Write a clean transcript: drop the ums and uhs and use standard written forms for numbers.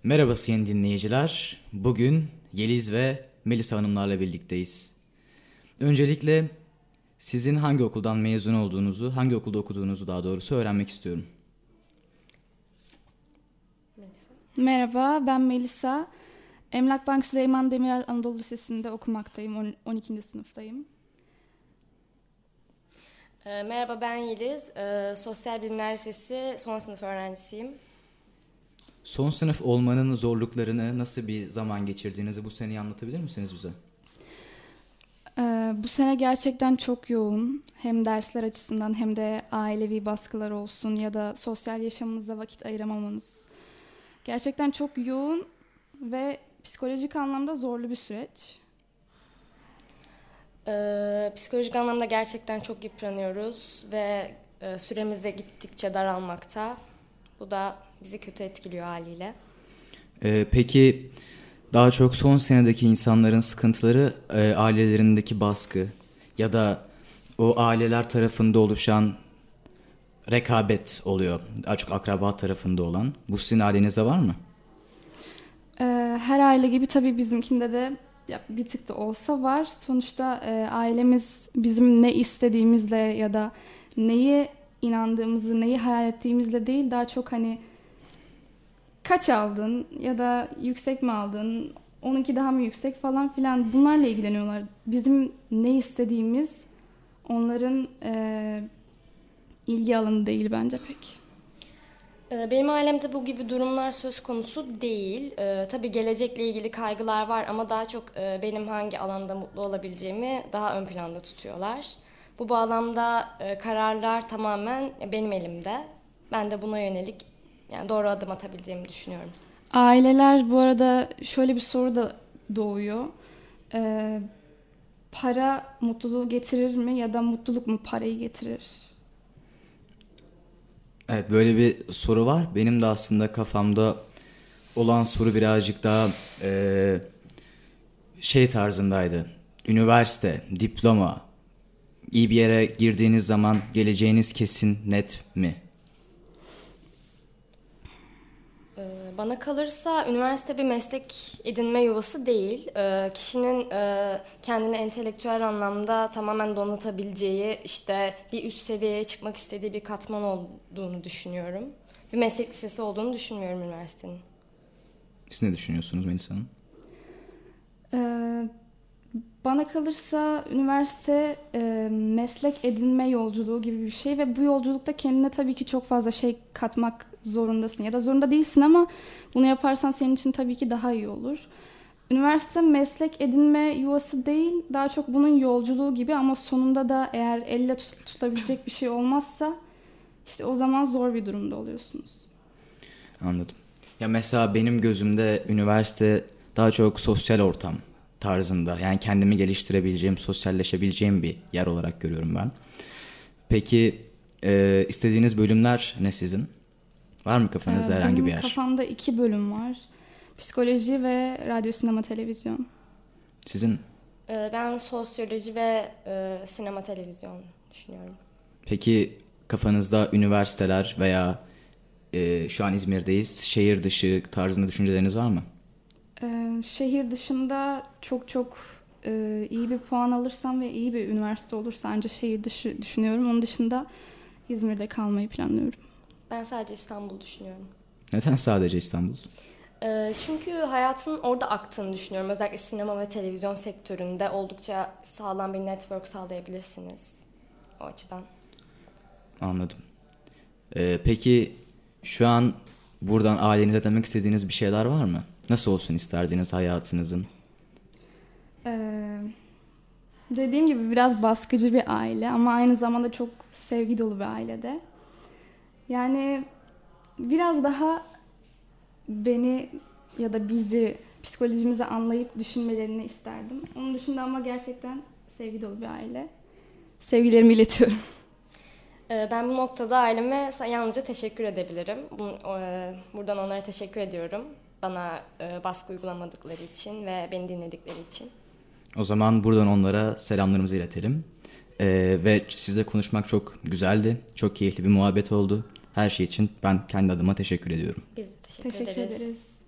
Merhaba sayın dinleyiciler. Bugün Yeliz ve Melisa Hanımlarla birlikteyiz. Öncelikle sizin hangi okuldan mezun olduğunuzu, hangi okulda okuduğunuzu daha doğrusu öğrenmek istiyorum. Merhaba, ben Melisa. Emlak Bank Süleyman Demirel Anadolu Lisesi'nde okumaktayım. 12. sınıftayım. Merhaba ben Yeliz. Sosyal Bilimler Lisesi son sınıf öğrencisiyim. Son sınıf olmanın zorluklarını, nasıl bir zaman geçirdiğinizi bu seneyi anlatabilir misiniz bize? Bu sene gerçekten çok yoğun. Hem dersler açısından hem de ailevi baskılar olsun ya da sosyal yaşamınıza vakit ayıramamanız. Gerçekten çok yoğun ve psikolojik anlamda zorlu bir süreç. Psikolojik anlamda gerçekten çok yıpranıyoruz ve süremiz de gittikçe daralmakta. Bu da bizi kötü etkiliyor haliyle. Peki daha çok son senedeki insanların sıkıntıları ailelerindeki baskı ya da o aileler tarafında oluşan rekabet oluyor. Daha çok akraba tarafında olan. Bu sizin ailenizde var mı? Her aile gibi tabii bizimkinde de bir tık da olsa var. Sonuçta ailemiz bizim ne istediğimizle ya da neyi inandığımızı, neyi hayal ettiğimizle değil, daha çok hani kaç aldın ya da yüksek mi aldın, onunki daha mı yüksek falan filan, bunlarla ilgileniyorlar. Bizim ne istediğimiz onların ilgi alanı değil bence pek. Benim ailemde bu gibi durumlar söz konusu değil. Tabii gelecekle ilgili kaygılar var ama daha çok benim hangi alanda mutlu olabileceğimi daha ön planda tutuyorlar. Bu bağlamda kararlar tamamen benim elimde. Ben de buna yönelik yani doğru adım atabileceğimi düşünüyorum. Aileler bu arada şöyle bir soru da doğuyor. Para mutluluğu getirir mi ya da mutluluk mu parayı getirir? Evet, böyle bir soru var. Benim de aslında kafamda olan soru birazcık daha şey tarzındaydı. Üniversite, diploma, iyi bir yere girdiğiniz zaman geleceğiniz kesin net mi? Bana kalırsa üniversite bir meslek edinme yuvası değil. Kişinin kendini entelektüel anlamda tamamen donatabileceği, işte bir üst seviyeye çıkmak istediği bir katman olduğunu düşünüyorum. Bir meslek lisesi olduğunu düşünmüyorum üniversitenin. Siz ne düşünüyorsunuz Melisa Hanım? Ee, Bana kalırsa üniversite meslek edinme yolculuğu gibi bir şey ve bu yolculukta kendine tabii ki çok fazla şey katmak zorundasın ya da zorunda değilsin ama bunu yaparsan senin için tabii ki daha iyi olur. Üniversite meslek edinme yuvası değil, daha çok bunun yolculuğu gibi ama sonunda da eğer elle tutulabilecek bir şey olmazsa işte o zaman zor bir durumda oluyorsunuz. Anladım. Ya mesela benim gözümde üniversite daha çok sosyal ortam tarzında. Yani kendimi geliştirebileceğim, sosyalleşebileceğim bir yer olarak görüyorum ben. Peki istediğiniz bölümler ne sizin? Var mı kafanızda herhangi bir Benim yer? kafamda 2 bölüm var. Psikoloji ve radyo, sinema, televizyon. Sizin? Ben sosyoloji ve sinema televizyon düşünüyorum. Peki kafanızda üniversiteler veya şu an İzmir'deyiz, şehir dışı tarzında düşünceleriniz var mı? Şehir dışında çok iyi bir puan alırsam ve iyi bir üniversite olursa ancak şehir dışı düşünüyorum. Onun dışında İzmir'de kalmayı planlıyorum. Ben sadece İstanbul düşünüyorum. Neden sadece İstanbul? Çünkü hayatın orada aktığını düşünüyorum. Özellikle sinema ve televizyon sektöründe oldukça sağlam bir network sağlayabilirsiniz o açıdan. Anladım. Peki şu an buradan ailenize demek istediğiniz bir şeyler var mı? Nasıl olsun isterdiniz hayatınızın? Ee, Dediğim gibi biraz baskıcı bir aile ama aynı zamanda çok sevgi dolu bir ailede. Yani biraz daha beni ya da bizi, psikolojimizi anlayıp düşünmelerini isterdim. Onun dışında ama gerçekten sevgi dolu bir aile. Sevgilerimi iletiyorum. Ben bu noktada aileme yalnızca teşekkür edebilirim. Buradan onlara teşekkür ediyorum. Bana baskı uygulamadıkları için ve beni dinledikleri için. O zaman buradan onlara selamlarımızı iletelim. Ve sizle konuşmak çok güzeldi. Çok keyifli bir muhabbet oldu. Her şey için ben kendi adıma teşekkür ediyorum. Biz de teşekkür Teşekkür ederiz. ederiz.